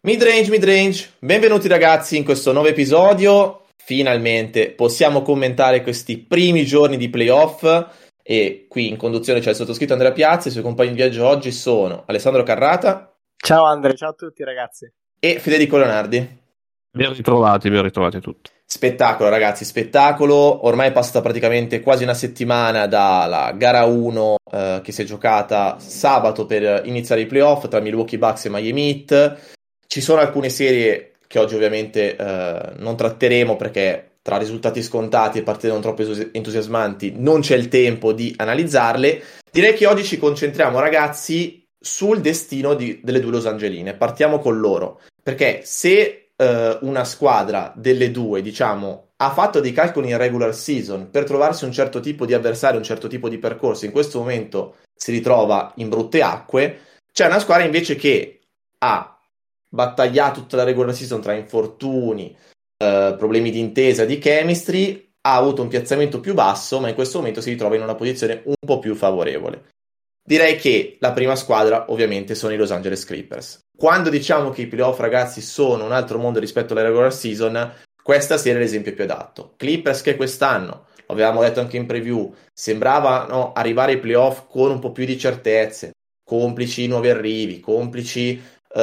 Midrange, benvenuti ragazzi in questo nuovo episodio. Finalmente possiamo commentare questi primi giorni di playoff e qui in conduzione c'è il sottoscritto Andrea Piazza. I suoi compagni di viaggio oggi sono Alessandro Carrata Ciao Andre, ciao a tutti ragazzi. e Federico Leonardi. Ben ritrovati tutti. Spettacolo ragazzi, spettacolo. Ormai è passata praticamente quasi una settimana dalla gara 1 che si è giocata sabato per iniziare i playoff tra Milwaukee Bucks e Miami Heat. Ci sono alcune serie che oggi ovviamente non tratteremo perché tra risultati scontati e partite non troppo entusiasmanti non c'è il tempo di analizzarle. Direi che oggi ci concentriamo ragazzi sul destino delle due Los Angeline. Partiamo con loro, perché se una squadra delle due, diciamo, ha fatto dei calcoli in regular season per trovarsi un certo tipo di avversario, un certo tipo di percorso, in questo momento si ritrova in brutte acque, c'è una squadra invece che ha battagliato tutta la regular season tra infortuni, problemi di intesa, di chemistry, ha avuto un piazzamento più basso, ma in questo momento si ritrova in una posizione un po' più favorevole. Direi che la prima squadra ovviamente sono i Los Angeles Clippers. Quando diciamo che i playoff ragazzi sono un altro mondo rispetto alla regular season, questa serie è l'esempio più adatto. Clippers che quest'anno, lo avevamo detto anche in preview, sembravano arrivare ai playoff con un po' più di certezze, complici i nuovi arrivi, complici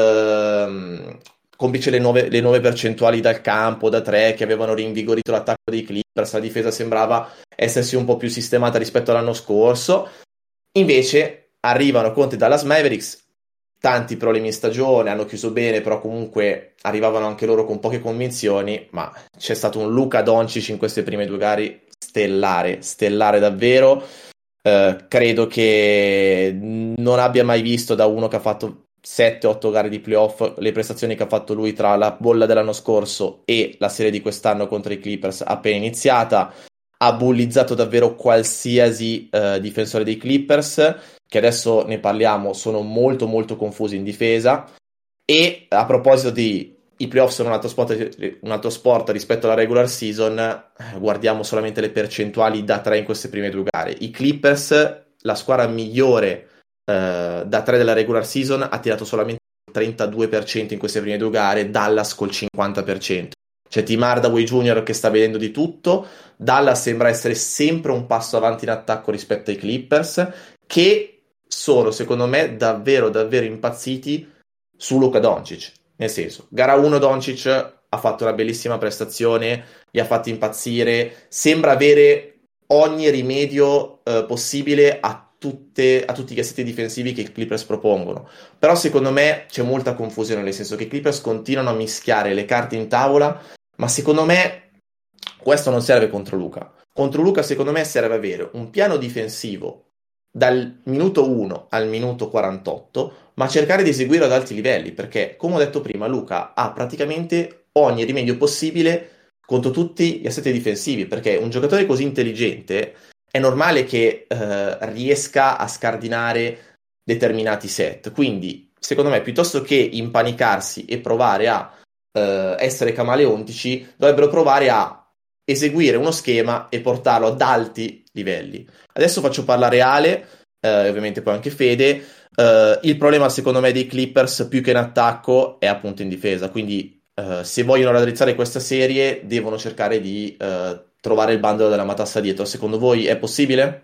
le nuove percentuali dal campo, da tre, che avevano rinvigorito l'attacco dei Clippers, la difesa sembrava essersi un po' più sistemata rispetto all'anno scorso. Invece arrivano contro i Dallas Mavericks, tanti problemi in stagione, hanno chiuso bene, però comunque arrivavano anche loro con poche convinzioni, ma c'è stato un Luka Doncic in queste prime due gare stellare davvero. Credo che non abbia mai visto da uno che ha fatto 7-8 gare di playoff le prestazioni che ha fatto lui tra la bolla dell'anno scorso e la serie di quest'anno contro i Clippers appena iniziata. Ha bullizzato davvero qualsiasi difensore dei Clippers, che adesso ne parliamo, sono molto molto confusi in difesa. E a proposito di i playoff sono un altro sport rispetto alla regular season, guardiamo solamente le percentuali da 3 in queste prime due gare. I Clippers, la squadra migliore da 3 della regular season, ha tirato solamente il 32% in queste prime due gare, Dallas col 50%. C'è Tim Hardaway Jr. che sta vedendo di tutto, Dallas sembra essere sempre un passo avanti in attacco rispetto ai Clippers, che sono secondo me davvero davvero impazziti su Luka Doncic. Nel senso, gara 1 Doncic ha fatto una bellissima prestazione, li ha fatti impazzire, sembra avere ogni rimedio possibile a tutti gli assetti difensivi che i Clippers propongono. Però secondo me c'è molta confusione, nel senso che i Clippers continuano a mischiare le carte in tavola, ma secondo me questo non serve contro Luka. Contro Luka secondo me serve avere un piano difensivo dal minuto 1 al minuto 48, ma cercare di eseguirlo ad alti livelli, perché come ho detto prima Luka ha praticamente ogni rimedio possibile contro tutti gli assetti difensivi, perché un giocatore così intelligente è normale che riesca a scardinare determinati set. Quindi secondo me piuttosto che impanicarsi e provare a essere camaleontici, dovrebbero provare a eseguire uno schema e portarlo ad alti livelli. Adesso faccio parlare Ale, ovviamente poi anche Fede. Il problema secondo me dei Clippers più che in attacco è appunto in difesa, quindi se vogliono raddrizzare questa serie devono cercare di trovare il bandolo della matassa dietro. Secondo voi è possibile?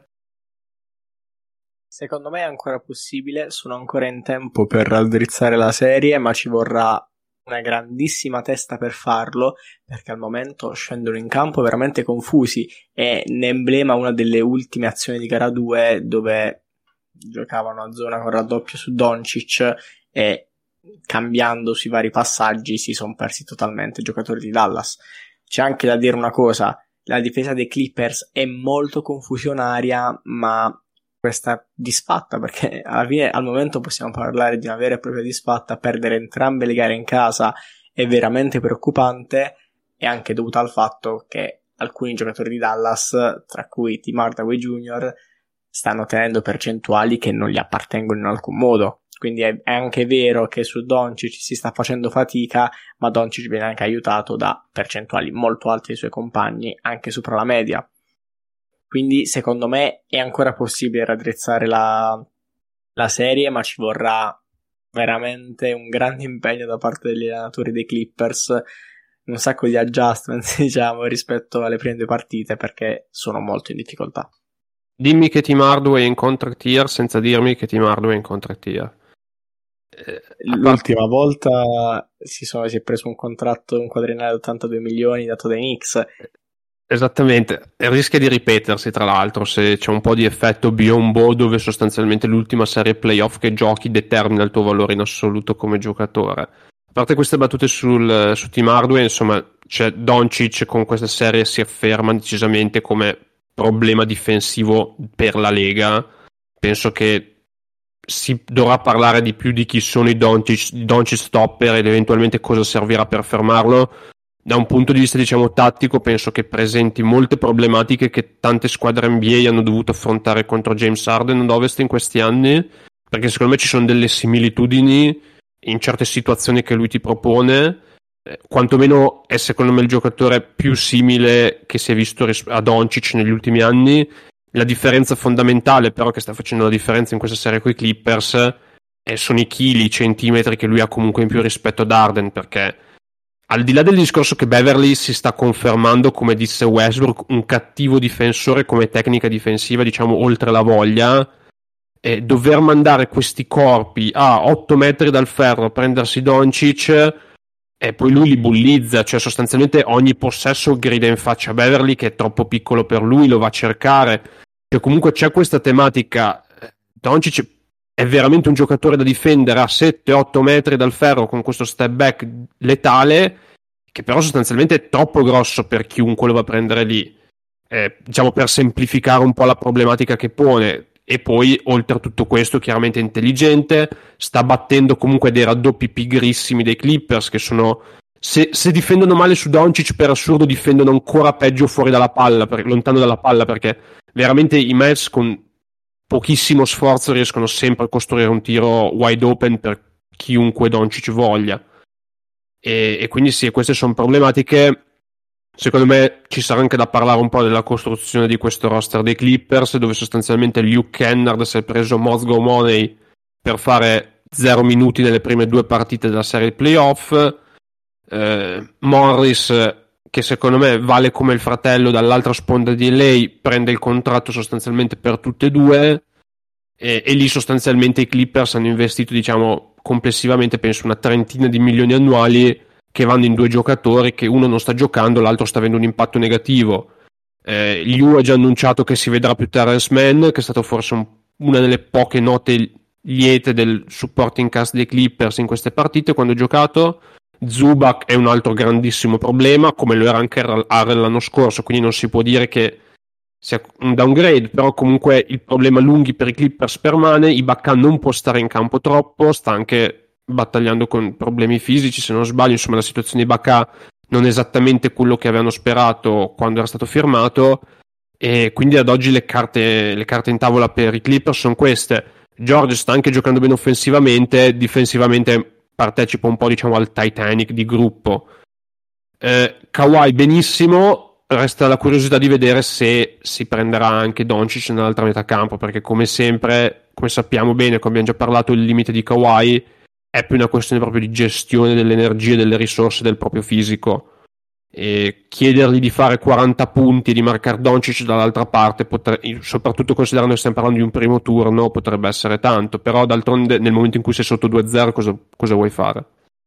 Secondo me è ancora possibile, sono ancora in tempo per raddrizzare la serie, ma ci vorrà una grandissima testa per farlo, perché al momento scendono in campo veramente confusi. E ne emblema una delle ultime azioni di gara 2 dove giocavano a zona con raddoppio su Doncic e cambiando sui vari passaggi si sono persi totalmente i giocatori di Dallas. C'è anche da dire una cosa: la difesa dei Clippers è molto confusionaria, ma questa disfatta, perché alla fine al momento possiamo parlare di una vera e propria disfatta, perdere entrambe le gare in casa è veramente preoccupante, e anche dovuta al fatto che alcuni giocatori di Dallas, tra cui Tim Hardaway Jr., stanno tenendo percentuali che non gli appartengono in alcun modo. Quindi è anche vero che su Doncic si sta facendo fatica, ma Doncic viene anche aiutato da percentuali molto alte dei suoi compagni, anche sopra la media. Quindi secondo me è ancora possibile raddrizzare la serie, ma ci vorrà veramente un grande impegno da parte degli allenatori dei Clippers, un sacco di adjustments, diciamo, rispetto alle prime 2 partite, perché sono molto in difficoltà. Dimmi che Tim Hardaway è in contract year senza dirmi che Tim Hardaway è in contract year. L'ultima volta si è preso un contratto, un quadriennale di 82 milioni dato dai Knicks. Esattamente, rischia di ripetersi tra l'altro se c'è un po' di effetto Biyombo, dove sostanzialmente l'ultima serie playoff che giochi determina il tuo valore in assoluto come giocatore. A parte queste battute su Tim Hardaway, insomma, c'è Doncic con questa serie si afferma decisamente come problema difensivo per la Lega. Penso che si dovrà parlare di più di chi sono i Doncic stopper ed eventualmente cosa servirà per fermarlo. Da un punto di vista, diciamo, tattico, penso che presenti molte problematiche che tante squadre NBA hanno dovuto affrontare contro James Harden ad Ovest in questi anni, perché secondo me ci sono delle similitudini in certe situazioni che lui ti propone. Quantomeno è secondo me il giocatore più simile che si è visto a Doncic negli ultimi anni. La differenza fondamentale però che sta facendo la differenza in questa serie con i Clippers sono i chili, i centimetri che lui ha comunque in più rispetto ad Harden, perché al di là del discorso che Beverly si sta confermando, come disse Westbrook, un cattivo difensore come tecnica difensiva, diciamo, oltre la voglia, dover mandare questi corpi a 8 metri dal ferro a prendersi Doncic e poi lui li bullizza, cioè sostanzialmente ogni possesso grida in faccia a Beverly che è troppo piccolo per lui, lo va a cercare, cioè comunque c'è questa tematica. Doncic è veramente un giocatore da difendere a 7-8 metri dal ferro con questo step back letale, che però sostanzialmente è troppo grosso per chiunque lo va a prendere lì, diciamo, per semplificare un po' la problematica che pone. E poi oltre a tutto questo chiaramente è intelligente, sta battendo comunque dei raddoppi pigrissimi dei Clippers, che sono, se difendono male su Doncic, per assurdo difendono ancora peggio fuori dalla palla, lontano dalla palla, perché veramente i Mavs con pochissimo sforzo riescono sempre a costruire un tiro wide open per chiunque Doncic voglia, e quindi sì, queste sono problematiche. Secondo me ci sarà anche da parlare un po' della costruzione di questo roster dei Clippers, dove sostanzialmente Luke Kennard si è preso Mozgov Money per fare 0 minuti nelle prime 2 partite della serie playoff. Morris, che secondo me vale come il fratello dall'altra sponda di LA, prende il contratto sostanzialmente per tutte e due, e lì sostanzialmente i Clippers hanno investito, diciamo, complessivamente penso una 30 di milioni annuali che vanno in 2 giocatori, che uno non sta giocando, l'altro sta avendo un impatto negativo. Liu ha già annunciato che si vedrà più Terrence Mann, che è stato forse una delle poche note liete del supporting cast dei Clippers in queste partite quando ha giocato. Zubac è un altro grandissimo problema, come lo era anche Harrell l'anno scorso, quindi non si può dire che sia un downgrade, però comunque il problema lunghi per i Clippers permane. Ibaka non può stare in campo troppo, sta anche battagliando con problemi fisici, se non sbaglio. Insomma, la situazione di Ibaka non è esattamente quello che avevano sperato quando era stato firmato, e quindi ad oggi le carte in tavola per i Clippers sono queste. George sta anche giocando bene offensivamente, difensivamente partecipa un po', diciamo, al Titanic di gruppo. Kawhi benissimo, resta la curiosità di vedere se si prenderà anche Doncic nell'altra metà campo, perché come sempre, come sappiamo bene, come abbiamo già parlato, il limite di Kawhi è più una questione proprio di gestione delle energie, delle risorse del proprio fisico, e chiedergli di fare 40 punti e di marcare Doncic dall'altra parte, soprattutto considerando che stiamo parlando di un primo turno, potrebbe essere tanto, però d'altronde nel momento in cui sei sotto 2-0 cosa vuoi fare?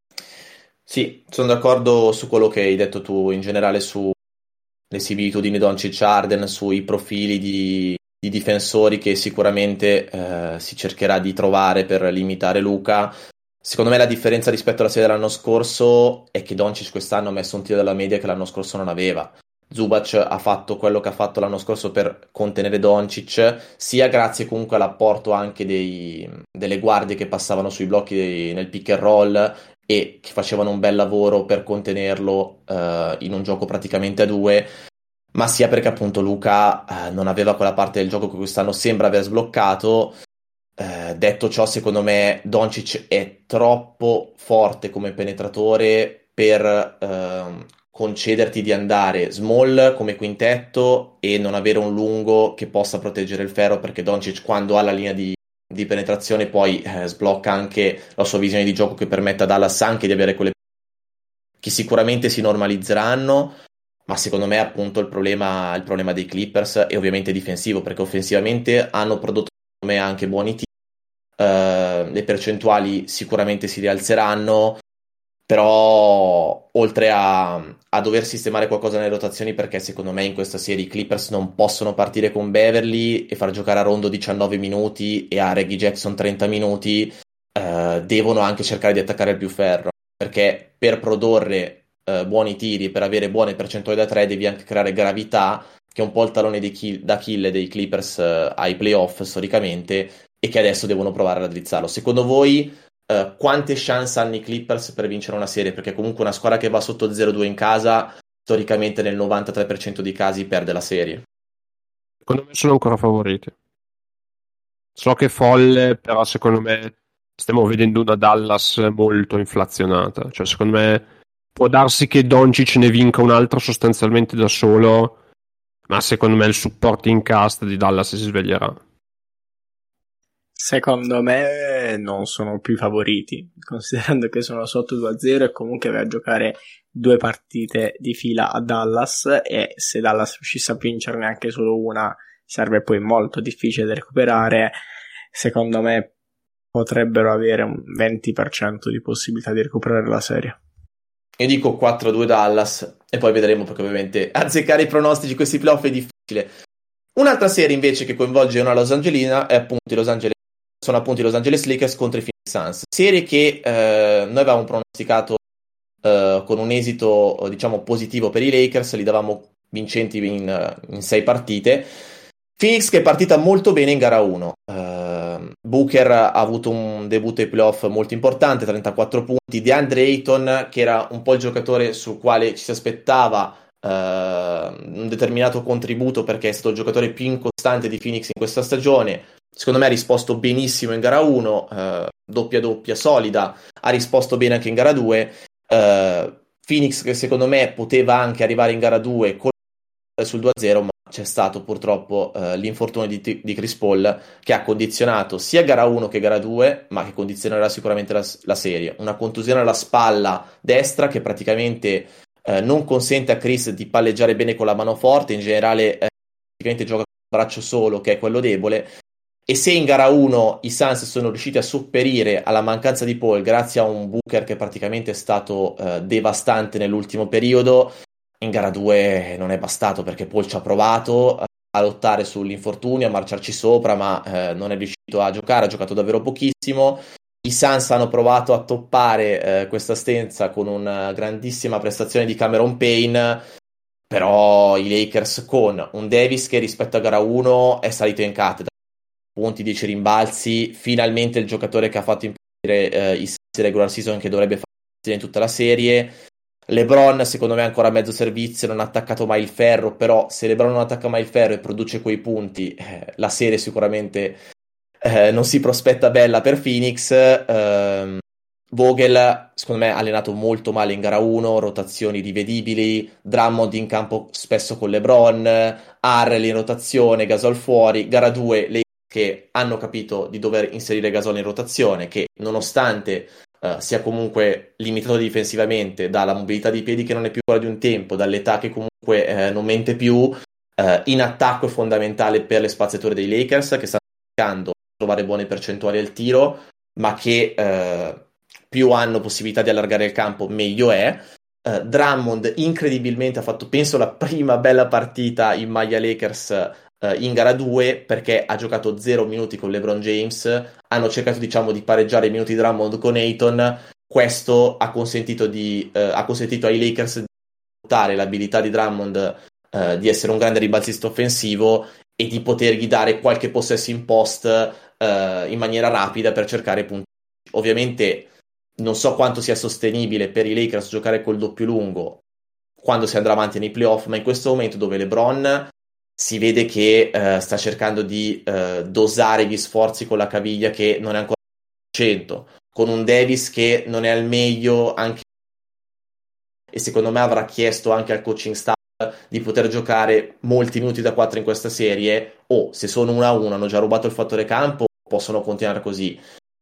Sì, sono d'accordo su quello che hai detto tu in generale sulle similitudini Doncic-Harden, sui profili di difensori che sicuramente si cercherà di trovare per limitare Luka. Secondo me la differenza rispetto alla serie dell'anno scorso è che Doncic quest'anno ha messo un tiro della media che l'anno scorso non aveva. Zubac ha fatto quello che ha fatto l'anno scorso per contenere Doncic, sia grazie comunque all'apporto anche delle guardie che passavano sui blocchi nel pick and roll e che facevano un bel lavoro per contenerlo in un gioco praticamente a 2, ma sia perché appunto Luka non aveva quella parte del gioco che quest'anno sembra aver sbloccato. Detto ciò, secondo me Doncic è troppo forte come penetratore per concederti di andare small come quintetto e non avere un lungo che possa proteggere il ferro, perché Doncic quando ha la linea di di penetrazione, poi sblocca anche la sua visione di gioco che permette a Dallas anche di avere quelle che sicuramente si normalizzeranno, ma secondo me appunto il problema dei Clippers è ovviamente difensivo, perché offensivamente hanno prodotto secondo me anche buoni tiri, le percentuali sicuramente si rialzeranno, però oltre a dover sistemare qualcosa nelle rotazioni, perché secondo me in questa serie i Clippers non possono partire con Beverly e far giocare a Rondo 19 minuti e a Reggie Jackson 30 minuti, devono anche cercare di attaccare il più ferro, perché per produrre buoni tiri, per avere buone percentuali da 3 devi anche creare gravità, che è un po' il talone d'Achille dei Clippers ai playoff storicamente, e che adesso devono provare a raddrizzarlo. Secondo voi quante chance hanno i Clippers per vincere una serie? Perché comunque una squadra che va sotto 0-2 in casa storicamente nel 93% dei casi perde la serie. Secondo me sono ancora favoriti. So che è folle, però secondo me stiamo vedendo una Dallas molto inflazionata. Cioè, secondo me può darsi che Doncic ne vinca un altro sostanzialmente da solo, ma secondo me il supporting cast di Dallas si sveglierà. Secondo me non sono più i favoriti, considerando che sono sotto 2-0 e comunque vai a giocare 2 partite di fila a Dallas, e se Dallas riuscisse a vincerne anche solo una sarebbe poi molto difficile da recuperare. Secondo me potrebbero avere un 20% di possibilità di recuperare la serie. Io dico 4-2 Dallas e poi vedremo, perché ovviamente azzeccare i pronostici questi playoff è difficile. Un'altra serie invece che coinvolge una Los Angelina è appunto sono appunto i Los Angeles Lakers contro i Phoenix Suns, serie che noi avevamo pronosticato con un esito diciamo positivo per i Lakers, li davamo vincenti in 6 partite. Phoenix che è partita molto bene in gara 1, Booker ha avuto un debutto ai playoff molto importante, 34 punti, DeAndre Ayton che era un po' il giocatore sul quale ci si aspettava un determinato contributo, perché è stato il giocatore più incostante di Phoenix in questa stagione. Secondo me ha risposto benissimo in gara 1, doppia solida, ha risposto bene anche in gara 2. Phoenix che secondo me poteva anche arrivare in gara 2 sul 2-0, ma c'è stato purtroppo l'infortunio di Chris Paul, che ha condizionato sia gara 1 che gara 2, ma che condizionerà sicuramente la serie. Una contusione alla spalla destra che praticamente non consente a Chris di palleggiare bene con la mano forte, in generale praticamente gioca con il braccio solo, che è quello debole. E se in gara 1 i Suns sono riusciti a sopperire alla mancanza di Paul grazie a un Booker che praticamente è stato devastante nell'ultimo periodo, in gara 2 non è bastato, perché Paul ci ha provato a lottare sull'infortunio, a marciarci sopra, ma non è riuscito a giocare, ha giocato davvero pochissimo. I Suns hanno provato a toppare questa assenza con una grandissima prestazione di Cameron Payne, però i Lakers con un Davis che rispetto a gara 1 è salito in cattedra, punti, 10 rimbalzi, finalmente il giocatore che ha fatto impazzire i Suns in regular season, che dovrebbe fare in tutta la serie. LeBron secondo me è ancora a mezzo servizio, non ha attaccato mai il ferro, però se LeBron non attacca mai il ferro e produce quei punti, la serie sicuramente non si prospetta bella per Phoenix. Vogel secondo me ha allenato molto male in gara 1, rotazioni rivedibili, Drummond in campo spesso con LeBron, Harrell in rotazione, Gasol fuori. Gara 2 le che hanno capito di dover inserire Gasol in rotazione, che nonostante sia comunque limitato difensivamente dalla mobilità dei piedi che non è più quella di un tempo, dall'età che comunque non mente più, in attacco è fondamentale per le spaziature dei Lakers, che stanno cercando di trovare buone percentuali al tiro, ma che più hanno possibilità di allargare il campo meglio è. Drummond incredibilmente ha fatto penso la prima bella partita in maglia Lakers in gara 2, perché ha giocato 0 minuti con LeBron James, hanno cercato diciamo di pareggiare i minuti di Drummond con Ayton. Questo ha consentito ai Lakers di sfruttare l'abilità di Drummond di essere un grande ribalzista offensivo e di potergli dare qualche possesso in post in maniera rapida per cercare punti. Ovviamente non so quanto sia sostenibile per i Lakers giocare col doppio lungo quando si andrà avanti nei playoff, ma in questo momento dove LeBron si vede che sta cercando di dosare gli sforzi con la caviglia che non è ancora al 100%, con un Davis che non è al meglio, anche, e secondo me avrà chiesto anche al coaching staff di poter giocare molti minuti da 4 in questa serie, o se sono 1-1 hanno già rubato il fattore campo, possono continuare così.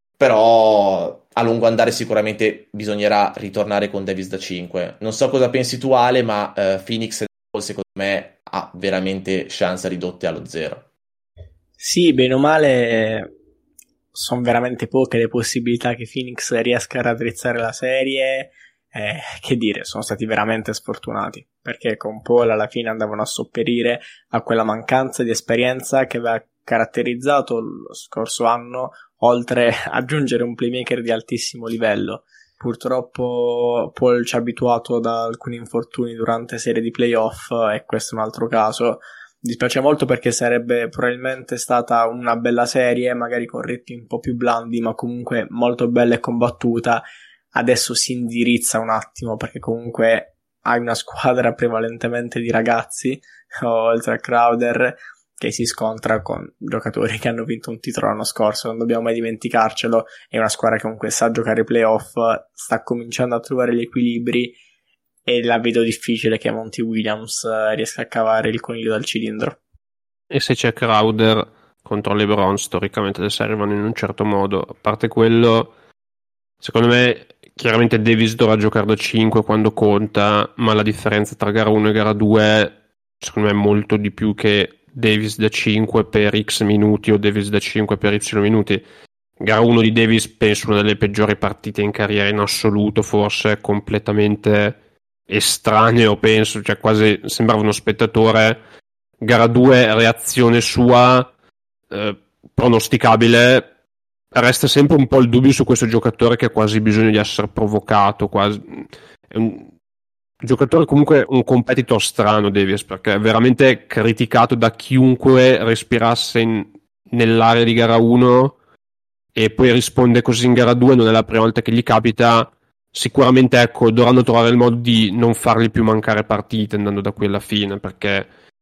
Però a lungo andare sicuramente bisognerà ritornare con Davis da 5. Non so cosa pensi tu, Ale, ma Phoenix secondo me ha veramente chance ridotte allo 0. Sì, bene o male sono veramente poche le possibilità che Phoenix riesca a raddrizzare la serie. Che dire, sono stati veramente sfortunati, perché con Paul alla fine andavano a sopperire a quella mancanza di esperienza che aveva caratterizzato lo scorso anno, oltre a aggiungere un playmaker di altissimo livello. Purtroppo Paul ci ha abituato da alcuni infortuni durante serie di playoff, e questo è un altro caso. Dispiace molto perché sarebbe probabilmente stata una bella serie, magari con ritmi un po' più blandi, ma comunque molto bella e combattuta. Adesso si indirizza un attimo, perché comunque hai una squadra prevalentemente di ragazzi, oltre a Crowder, che si scontra con giocatori che hanno vinto un titolo l'anno scorso, non dobbiamo mai dimenticarcelo. È una squadra che comunque sa giocare i playoff, sta cominciando a trovare gli equilibri, e la vedo difficile che Monty Williams riesca a cavare il coniglio dal cilindro. E se c'è Crowder contro LeBron, storicamente le serie vanno in un certo modo. A parte quello, secondo me chiaramente Davis dovrà giocare da 5 quando conta, ma la differenza tra gara 1 e gara 2 secondo me è molto di più che Davis da 5 per X minuti o Davis da 5 per Y minuti. Gara 1 di Davis penso una delle peggiori partite in carriera in assoluto, forse completamente estraneo, penso, cioè quasi sembrava uno spettatore. Gara 2 reazione sua pronosticabile. Resta sempre un po' il dubbio su questo giocatore, che ha quasi bisogno di essere provocato, quasi. È un giocatore comunque un competitor strano, Davis, perché è veramente criticato da chiunque respirasse nell'area di gara 1 e poi risponde così in gara 2. Non è la prima volta che gli capita. Sicuramente, ecco, dovranno trovare il modo di non fargli più mancare partite andando da qui alla fine, perché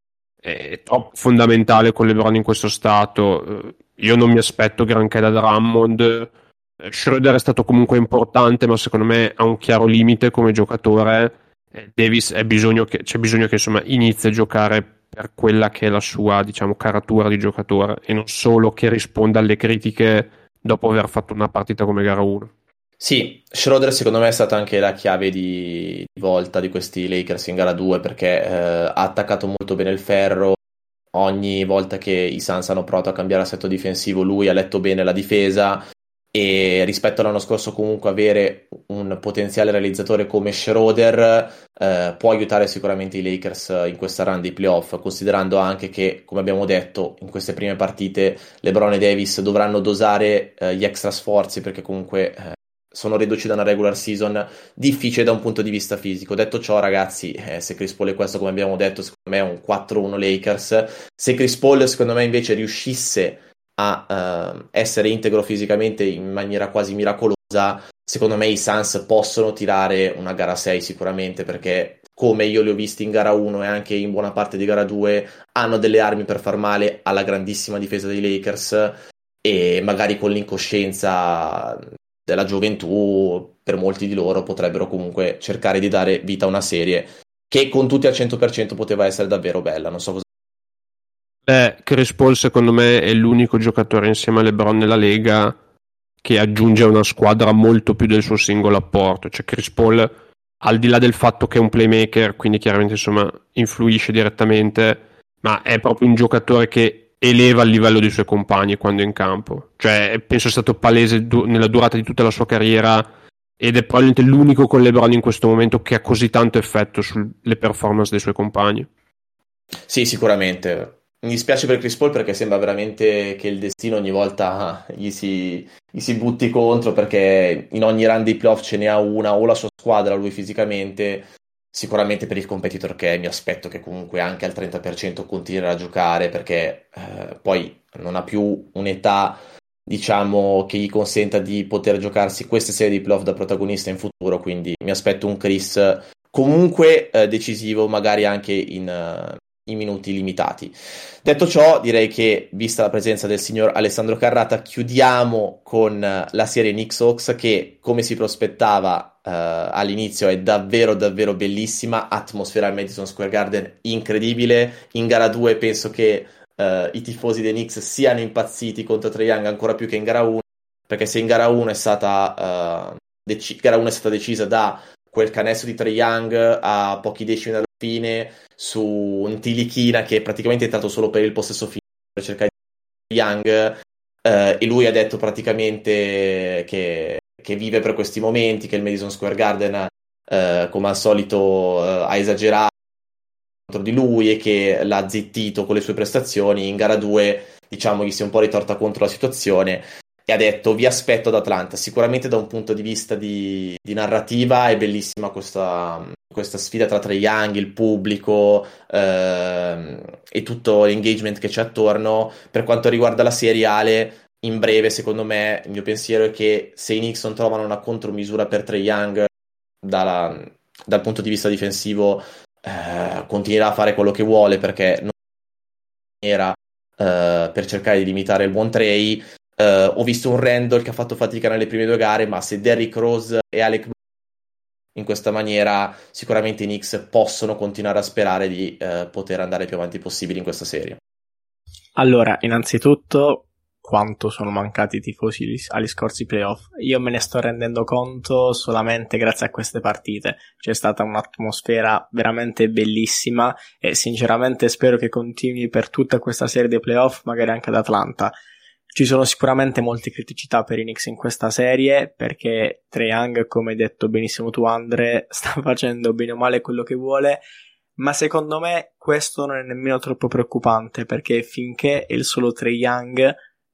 è troppo fondamentale con LeBron in questo stato. Io non mi aspetto granché da Drummond. Schroeder è stato comunque importante, ma secondo me ha un chiaro limite come giocatore. Davis c'è bisogno che insomma inizi a giocare per quella che è la sua, diciamo, caratura di giocatore, e non solo che risponda alle critiche dopo aver fatto una partita come gara 1. Sì, Schroeder secondo me è stata anche la chiave di volta di questi Lakers in gara 2, perché ha attaccato molto bene il ferro. Ogni volta che i Suns hanno provato a cambiare assetto difensivo, lui ha letto bene la difesa, e rispetto all'anno scorso comunque avere un potenziale realizzatore come Schroeder può aiutare sicuramente i Lakers in questa run di playoff, considerando anche che, come abbiamo detto, in queste prime partite LeBron e Davis dovranno dosare gli extra sforzi, perché comunque sono ridotti da una regular season difficile da un punto di vista fisico. Detto ciò, ragazzi, se Chris Paul è questo, come abbiamo detto, secondo me è un 4-1 Lakers. Se Chris Paul, secondo me, invece riuscisse a essere integro fisicamente in maniera quasi miracolosa, secondo me i Suns possono tirare una gara 6 sicuramente, perché come io li ho visti in gara 1 e anche in buona parte di gara 2, hanno delle armi per far male alla grandissima difesa dei Lakers, e magari con l'incoscienza della gioventù, per molti di loro potrebbero comunque cercare di dare vita a una serie che con tutti al 100% poteva essere davvero bella. Non so cosa... Chris Paul secondo me è l'unico giocatore insieme a LeBron nella Lega che aggiunge a una squadra molto più del suo singolo apporto. Cioè Chris Paul, al di là del fatto che è un playmaker, quindi chiaramente insomma influisce direttamente, ma è proprio un giocatore che eleva il livello dei suoi compagni quando è in campo. Cioè penso sia stato palese nella durata di tutta la sua carriera, ed è probabilmente l'unico con LeBron in questo momento che ha così tanto effetto sulle performance dei suoi compagni. Sì, sicuramente. Mi dispiace per Chris Paul, perché sembra veramente che il destino ogni volta gli si butti contro, perché in ogni run dei playoff ce n'è una, o la sua squadra o lui fisicamente. Sicuramente per il competitor che è, mi aspetto che comunque anche al 30% continuerà a giocare, perché poi non ha più un'età, diciamo, che gli consenta di poter giocarsi queste serie di playoff da protagonista in futuro, quindi mi aspetto un Chris comunque decisivo, magari anche in minuti limitati. Detto ciò, direi che, vista la presenza del signor Alessandro Carrata, chiudiamo con la serie Knicks-Hawks, che, come si prospettava all'inizio, è davvero davvero bellissima. Atmosfera al Madison Square Garden incredibile. In gara 2 penso che i tifosi dei Knicks siano impazziti contro Trae Young ancora più che in gara 1, perché se in gara 1 è stata gara 1 è stata decisa da quel canestro di Trae Young a pochi decimi dalla fine su un Tilichina che praticamente è entrato solo per il possesso finale per cercare di Young, e lui ha detto praticamente che vive per questi momenti, che il Madison Square Garden come al solito ha esagerato contro di lui e che l'ha zittito con le sue prestazioni. In gara 2 diciamo gli si è un po' ritorta contro la situazione e ha detto: vi aspetto ad Atlanta. Sicuramente da un punto di vista di narrativa è bellissima questa sfida tra Trae Young, il pubblico e tutto l'engagement che c'è attorno. Per quanto riguarda la serie, Ale, in breve, secondo me il mio pensiero è che se i Knicks non trovano una contromisura per Trae Young dal punto di vista difensivo, continuerà a fare quello che vuole, perché non era per cercare di limitare il buon Trae. Ho visto un Randall che ha fatto fatica nelle prime 2 gare, ma se Derrick Rose e Alec in questa maniera, sicuramente i Knicks possono continuare a sperare di poter andare più avanti possibile in questa serie. Allora, innanzitutto, quanto sono mancati i tifosi agli scorsi playoff. Io me ne sto rendendo conto solamente grazie a queste partite. C'è stata un'atmosfera veramente bellissima e sinceramente spero che continui per tutta questa serie dei playoff, magari anche ad Atlanta. Ci sono sicuramente molte criticità per i Knicks in questa serie, perché Trae Young, come hai detto benissimo tu Andre, sta facendo bene o male quello che vuole, ma secondo me questo non è nemmeno troppo preoccupante, perché finché è il solo Trae Young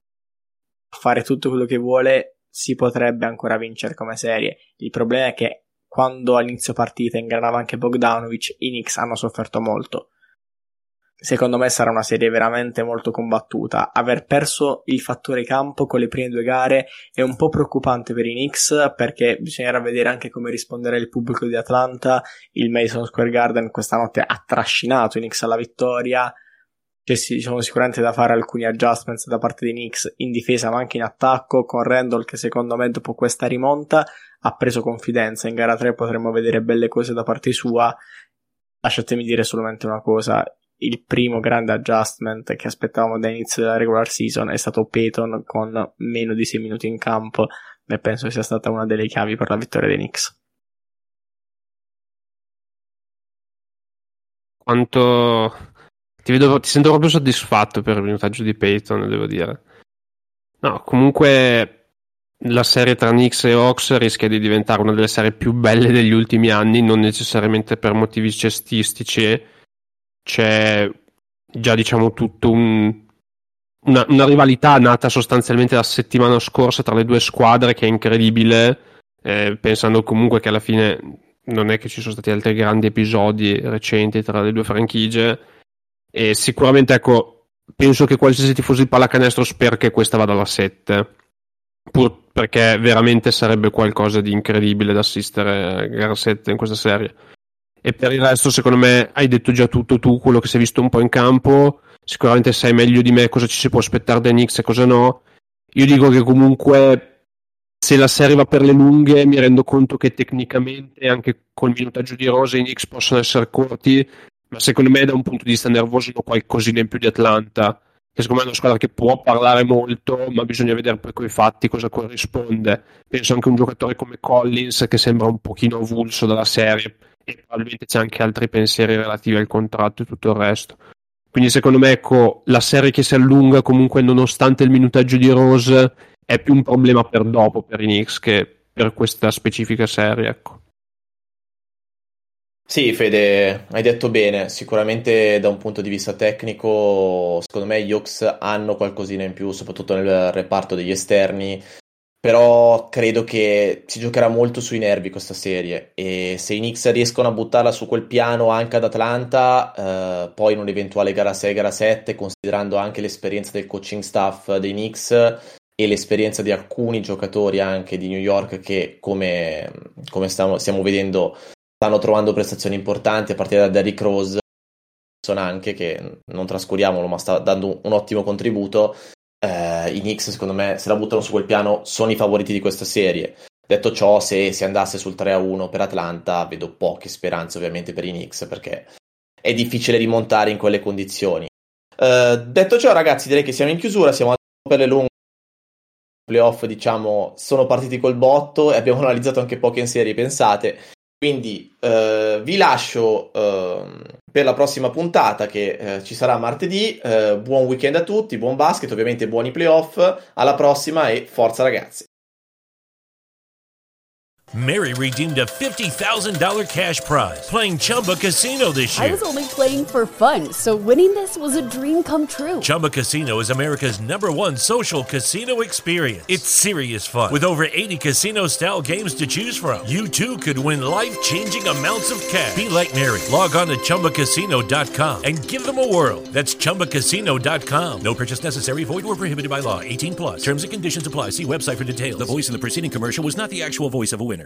fare tutto quello che vuole, si potrebbe ancora vincere come serie. Il problema è che quando all'inizio partita ingranava anche Bogdanovic, i Knicks hanno sofferto molto. Secondo me sarà una serie veramente molto combattuta. Aver perso il fattore campo con le prime 2 gare è un po' preoccupante per i Knicks, perché bisognerà vedere anche come risponderà il pubblico di Atlanta. Il Madison Square Garden questa notte ha trascinato i Knicks alla vittoria. Ci sono sicuramente da fare alcuni adjustments da parte dei Knicks in difesa ma anche in attacco, con Randall che secondo me dopo questa rimonta ha preso confidenza. In gara 3 potremmo vedere belle cose da parte sua. Lasciatemi dire solamente una cosa: il primo grande adjustment che aspettavamo da inizio della regular season è stato Peyton con meno di 6 minuti in campo, e penso sia stata una delle chiavi per la vittoria dei Knicks. Ti sento proprio soddisfatto per il minutaggio di Peyton, devo dire. No, comunque la serie tra Knicks e Hawks rischia di diventare una delle serie più belle degli ultimi anni, non necessariamente per motivi cestistici. C'è già, diciamo, tutto una rivalità nata sostanzialmente la settimana scorsa tra le 2 squadre, che è incredibile, pensando comunque che alla fine non è che ci sono stati altri grandi episodi recenti tra le 2 franchigie. E sicuramente, ecco, penso che qualsiasi tifoso di pallacanestro spera che questa vada alla 7, pur perché veramente sarebbe qualcosa di incredibile da assistere a gara 7 in questa serie. E per il resto, secondo me, hai detto già tutto tu, quello che si è visto un po' in campo. Sicuramente sai meglio di me cosa ci si può aspettare dai Knicks e cosa no. Io dico che comunque, se la serie va per le lunghe, mi rendo conto che tecnicamente, anche col minutaggio di Rose, i Knicks possono essere corti, ma secondo me da un punto di vista nervoso hanno qualcosina in più di Atlanta, che secondo me è una squadra che può parlare molto, ma bisogna vedere poi coi fatti cosa corrisponde. Penso anche a un giocatore come Collins, che sembra un pochino avulso dalla serie, e probabilmente c'è anche altri pensieri relativi al contratto e tutto il resto. Quindi secondo me, ecco, la serie che si allunga comunque nonostante il minutaggio di Rose è più un problema per dopo per i Knicks che per questa specifica serie, ecco. Sì, Fede, hai detto bene. Sicuramente da un punto di vista tecnico, secondo me gli Hawks hanno qualcosina in più, soprattutto nel reparto degli esterni, però credo che si giocherà molto sui nervi questa serie, e se i Knicks riescono a buttarla su quel piano anche ad Atlanta, poi in un'eventuale gara 6, gara 7, considerando anche l'esperienza del coaching staff dei Knicks e l'esperienza di alcuni giocatori anche di New York che, come stiamo vedendo, stanno trovando prestazioni importanti, a partire da Derrick Rose, anche, che non trascuriamolo, ma sta dando un ottimo contributo. I Knicks, secondo me, se la buttano su quel piano, sono i favoriti di questa serie. Detto ciò, se si andasse sul 3-1 per Atlanta, vedo poche speranze ovviamente per i Knicks, perché è difficile rimontare in quelle condizioni. Detto ciò, ragazzi, direi che siamo in chiusura, siamo per le lunghe playoff, diciamo, sono partiti col botto e abbiamo analizzato anche poche in serie, pensate. Quindi vi lascio per la prossima puntata che ci sarà martedì. Buon weekend a tutti, buon basket, ovviamente buoni playoff. Alla prossima e forza ragazzi. Mary redeemed a $50,000 cash prize playing Chumba Casino this year. I was only playing for fun, so winning this was a dream come true. Chumba Casino is America's #1 social casino experience. It's serious fun. With over 80 casino-style games to choose from, you too could win life-changing amounts of cash. Be like Mary. Log on to ChumbaCasino.com and give them a whirl. That's ChumbaCasino.com. No purchase necessary. Void or prohibited by law. 18+. Terms and conditions apply. See website for details. The voice in the preceding commercial was not the actual voice of a winner.